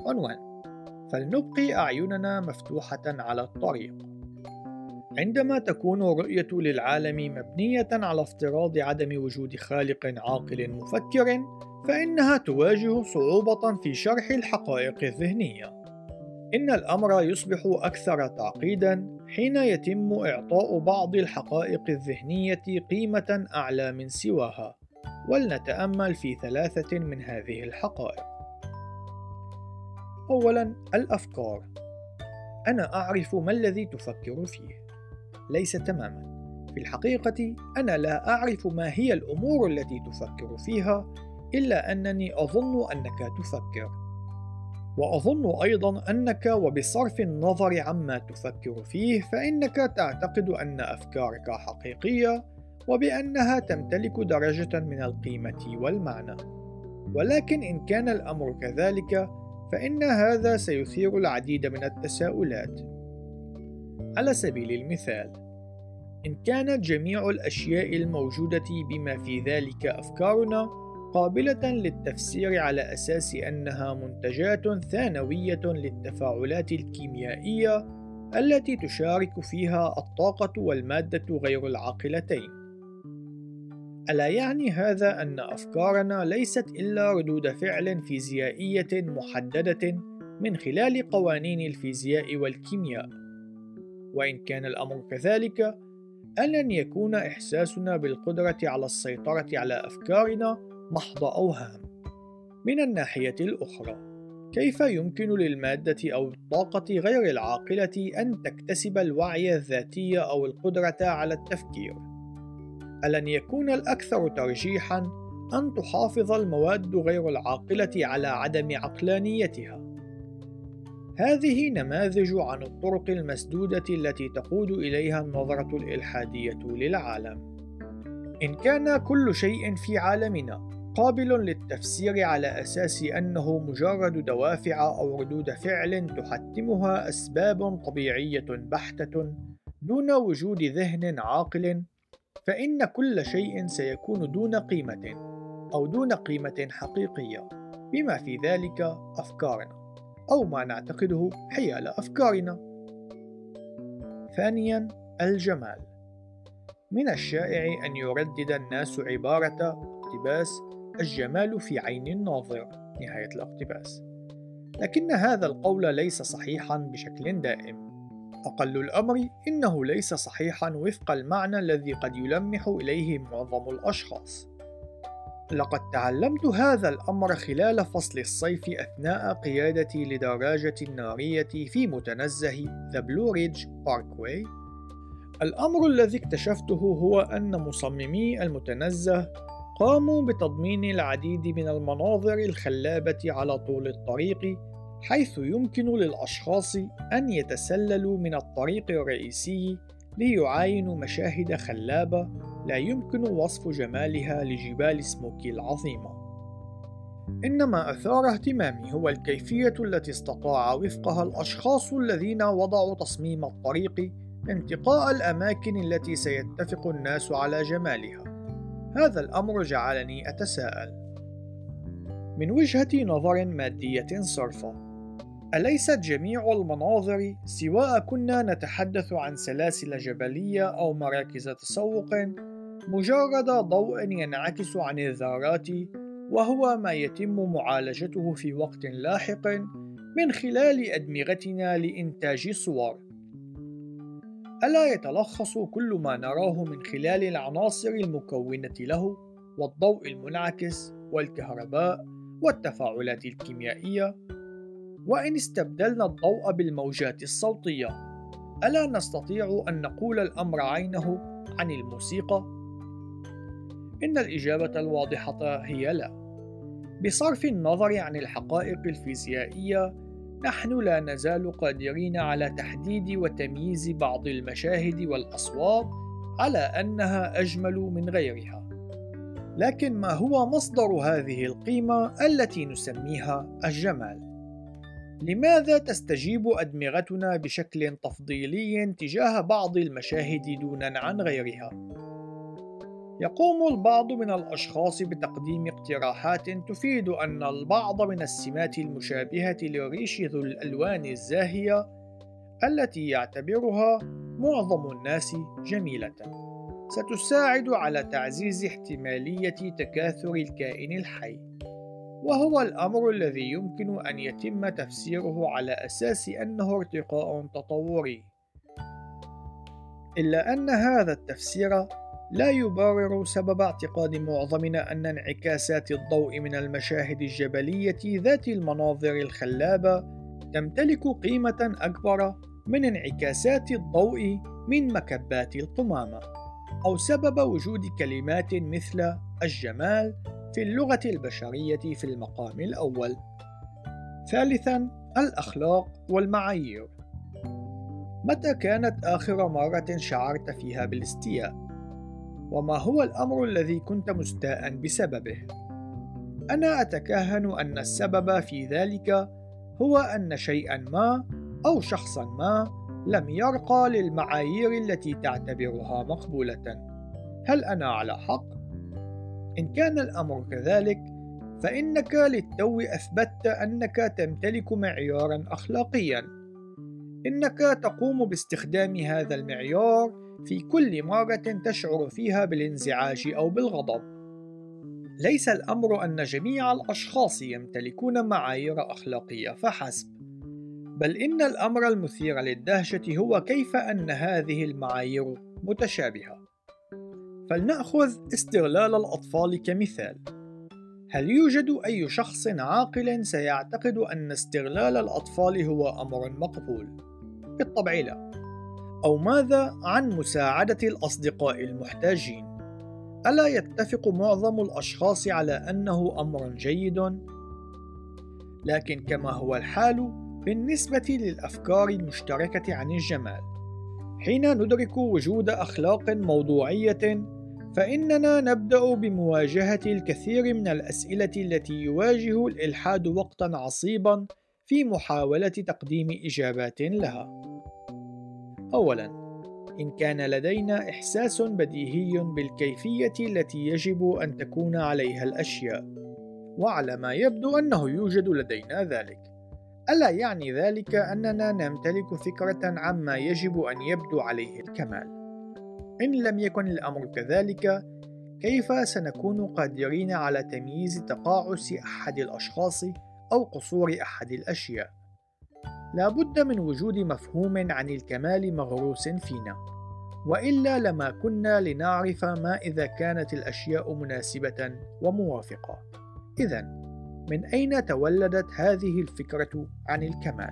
عنوان: فلنبقي أعيننا مفتوحة على الطريق. عندما تكون الرؤية للعالم مبنية على افتراض عدم وجود خالق عاقل مفكر، فإنها تواجه صعوبة في شرح الحقائق الذهنية. إن الأمر يصبح أكثر تعقيداً حين يتم إعطاء بعض الحقائق الذهنية قيمة أعلى من سواها، ولنتأمل في 3 من هذه الحقائق. أولاً، الأفكار. أنا أعرف ما الذي تفكر فيه. ليس تماماً. في الحقيقة أنا لا أعرف ما هي الأمور التي تفكر فيها، إلا أنني أظن أنك تفكر. وأظن أيضاً أنك، وبصرف النظر عما تفكر فيه، فإنك تعتقد أن أفكارك حقيقية وبأنها تمتلك درجة من القيمة والمعنى. ولكن إن كان الأمر كذلك، فإن هذا سيثير العديد من التساؤلات. على سبيل المثال، إن كانت جميع الأشياء الموجودة بما في ذلك أفكارنا قابلة للتفسير على أساس أنها منتجات ثانوية للتفاعلات الكيميائية التي تشارك فيها الطاقة والمادة غير العاقلتين، ألا يعني هذا أن أفكارنا ليست إلا ردود فعل فيزيائية محددة من خلال قوانين الفيزياء والكيمياء؟ وإن كان الأمر كذلك، ألن يكون إحساسنا بالقدرة على السيطرة على أفكارنا محض أوهام؟ من الناحية الأخرى، كيف يمكن للمادة أو الطاقة غير العاقلة أن تكتسب الوعي الذاتي أو القدرة على التفكير؟ ألن يكون الأكثر ترجيحاً أن تحافظ المواد غير العاقلة على عدم عقلانيتها؟ هذه نماذج عن الطرق المسدودة التي تقود إليها النظرة الإلحادية للعالم. إن كان كل شيء في عالمنا قابل للتفسير على أساس أنه مجرد دوافع أو ردود فعل تحتمها أسباب طبيعية بحتة دون وجود ذهن عاقل، فإن كل شيء سيكون دون قيمة أو دون قيمة حقيقية، بما في ذلك أفكارنا أو ما نعتقده حيال أفكارنا. ثانياً، الجمال. من الشائع أن يردد الناس عبارة اقتباس الجمال في عين الناظر نهاية الاقتباس، لكن هذا القول ليس صحيحاً بشكل دائم. أقل الأمر إنه ليس صحيحاً وفق المعنى الذي قد يلمح إليه معظم الأشخاص. لقد تعلمت هذا الأمر خلال فصل الصيف أثناء قيادتي لدراجة نارية في متنزه The Blue Ridge Parkway. الأمر الذي اكتشفته هو أن مصممي المتنزه قاموا بتضمين العديد من المناظر الخلابة على طول الطريق، حيث يمكن للأشخاص أن يتسللوا من الطريق الرئيسي ليعاينوا مشاهد خلابة لا يمكن وصف جمالها لجبال سموكي العظيمة. إنما أثار اهتمامي هو الكيفية التي استطاع وفقها الأشخاص الذين وضعوا تصميم الطريق انتقاء الأماكن التي سيتفق الناس على جمالها. هذا الأمر جعلني أتساءل: من وجهة نظر مادية صرفة، أليست جميع المناظر، سواء كنا نتحدث عن سلاسل جبلية أو مراكز تسوق، مجرد ضوء ينعكس عن الذرات، وهو ما يتم معالجته في وقت لاحق من خلال أدمغتنا لإنتاج صور؟ ألا يتلخص كل ما نراه من خلال العناصر المكونة له، والضوء المنعكس، والكهرباء، والتفاعلات الكيميائية؟ وإن استبدلنا الضوء بالموجات الصوتية، ألا نستطيع أن نقول الأمر عينه عن الموسيقى؟ إن الإجابة الواضحة هي لا. بصرف النظر عن الحقائق الفيزيائية، نحن لا نزال قادرين على تحديد وتمييز بعض المشاهد والأصوات على أنها أجمل من غيرها. لكن ما هو مصدر هذه القيمة التي نسميها الجمال؟ لماذا تستجيب أدمغتنا بشكل تفضيلي تجاه بعض المشاهد دونا عن غيرها؟ يقوم البعض من الأشخاص بتقديم اقتراحات تفيد أن البعض من السمات المشابهة للريش ذو الألوان الزاهية التي يعتبرها معظم الناس جميلة ستساعد على تعزيز احتمالية تكاثر الكائن الحي، وهو الأمر الذي يمكن أن يتم تفسيره على أساس أنه ارتقاء تطوري. إلا أن هذا التفسير لا يبرر سبب اعتقاد معظمنا أن انعكاسات الضوء من المشاهد الجبلية ذات المناظر الخلابة تمتلك قيمة أكبر من انعكاسات الضوء من مكبات القمامة، أو سبب وجود كلمات مثل الجمال في اللغة البشرية في المقام الأول. ثالثاً، الأخلاق والمعايير. متى كانت آخر مرة شعرت فيها بالاستياء؟ وما هو الأمر الذي كنت مستاءً بسببه؟ أنا أتكهن أن السبب في ذلك هو أن شيئاً ما أو شخصاً ما لم يرقى للمعايير التي تعتبرها مقبولة. هل أنا على حق؟ إن كان الأمر كذلك، فإنك للتو أثبتت أنك تمتلك معياراً أخلاقياً. إنك تقوم باستخدام هذا المعيار في كل مرة تشعر فيها بالانزعاج أو بالغضب. ليس الأمر أن جميع الأشخاص يمتلكون معايير أخلاقية فحسب، بل إن الأمر المثير للدهشة هو كيف أن هذه المعايير متشابهة. فلنأخذ استغلال الأطفال كمثال. هل يوجد أي شخص عاقل سيعتقد أن استغلال الأطفال هو أمر مقبول؟ بالطبع لا. أو ماذا عن مساعدة الأصدقاء المحتاجين؟ ألا يتفق معظم الأشخاص على أنه أمر جيد؟ لكن كما هو الحال بالنسبة للأفكار المشتركة عن الجمال، حين ندرك وجود أخلاق موضوعية، فإننا نبدأ بمواجهة الكثير من الأسئلة التي يواجه الإلحاد وقتاً عصيباً في محاولة تقديم إجابات لها. أولاً، إن كان لدينا إحساس بديهي بالكيفية التي يجب أن تكون عليها الأشياء، وعلى ما يبدو أنه يوجد لدينا ذلك، ألا يعني ذلك أننا نمتلك فكرة عما يجب أن يبدو عليه الكمال؟ إن لم يكن الأمر كذلك، كيف سنكون قادرين على تمييز تقاعس أحد الأشخاص أو قصور أحد الأشياء؟ لا بد من وجود مفهوم عن الكمال مغروس فينا، وإلا لما كنا لنعرف ما إذا كانت الأشياء مناسبة وموافقة. إذن، من أين تولدت هذه الفكرة عن الكمال؟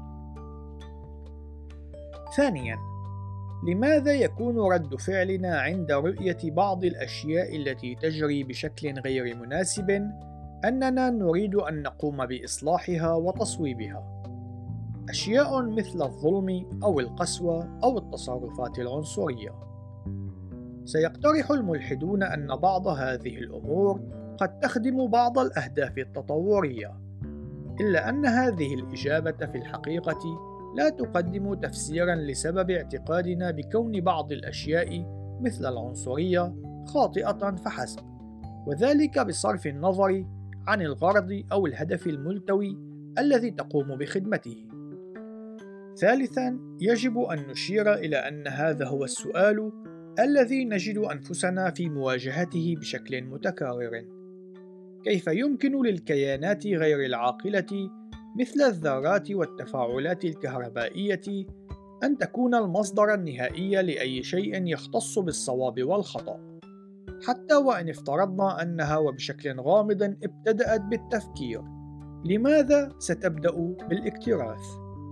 ثانياً، لماذا يكون رد فعلنا عند رؤية بعض الأشياء التي تجري بشكل غير مناسب أننا نريد أن نقوم بإصلاحها وتصويبها؟ أشياء مثل الظلم أو القسوة أو التصرفات العنصرية. سيقترح الملحدون أن بعض هذه الأمور قد تخدم بعض الأهداف التطورية، إلا أن هذه الإجابة في الحقيقة لا تقدم تفسيراً لسبب اعتقادنا بكون بعض الأشياء مثل العنصرية خاطئة فحسب، وذلك بصرف النظر عن الغرض أو الهدف الملتوي الذي تقوم بخدمته. ثالثاً، يجب أن نشير إلى أن هذا هو السؤال الذي نجد أنفسنا في مواجهته بشكل متكرر: كيف يمكن للكيانات غير العاقلة مثل الذرات والتفاعلات الكهربائية أن تكون المصدر النهائي لأي شيء يختص بالصواب والخطأ، حتى وإن افترضنا أنها وبشكل غامض ابتدأت بالتفكير؟ لماذا ستبدأ بالاكتراث؟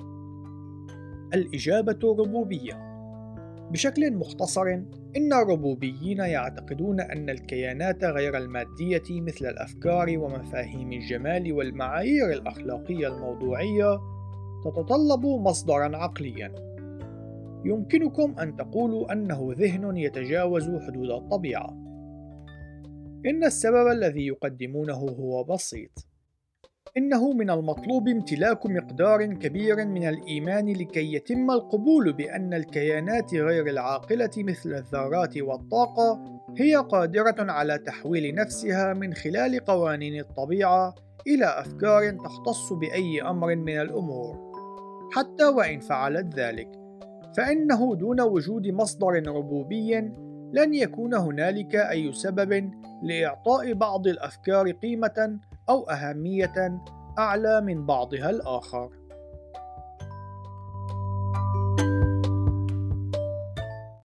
الإجابة ربوبية. بشكل مختصر، إن الربوبيين يعتقدون أن الكيانات غير المادية مثل الأفكار ومفاهيم الجمال والمعايير الأخلاقية الموضوعية تتطلب مصدراً عقلياً. يمكنكم أن تقولوا أنه ذهن يتجاوز حدود الطبيعة. إن السبب الذي يقدمونه هو بسيط: إنه من المطلوب امتلاك مقدار كبير من الإيمان لكي يتم القبول بأن الكيانات غير العاقلة مثل الذرات والطاقة هي قادرة على تحويل نفسها من خلال قوانين الطبيعة إلى أفكار تختص بأي أمر من الأمور. حتى وإن فعلت ذلك، فإنه دون وجود مصدر ربوبي لن يكون هنالك أي سبب لإعطاء بعض الأفكار قيمة أو أهمية أعلى من بعضها الآخر.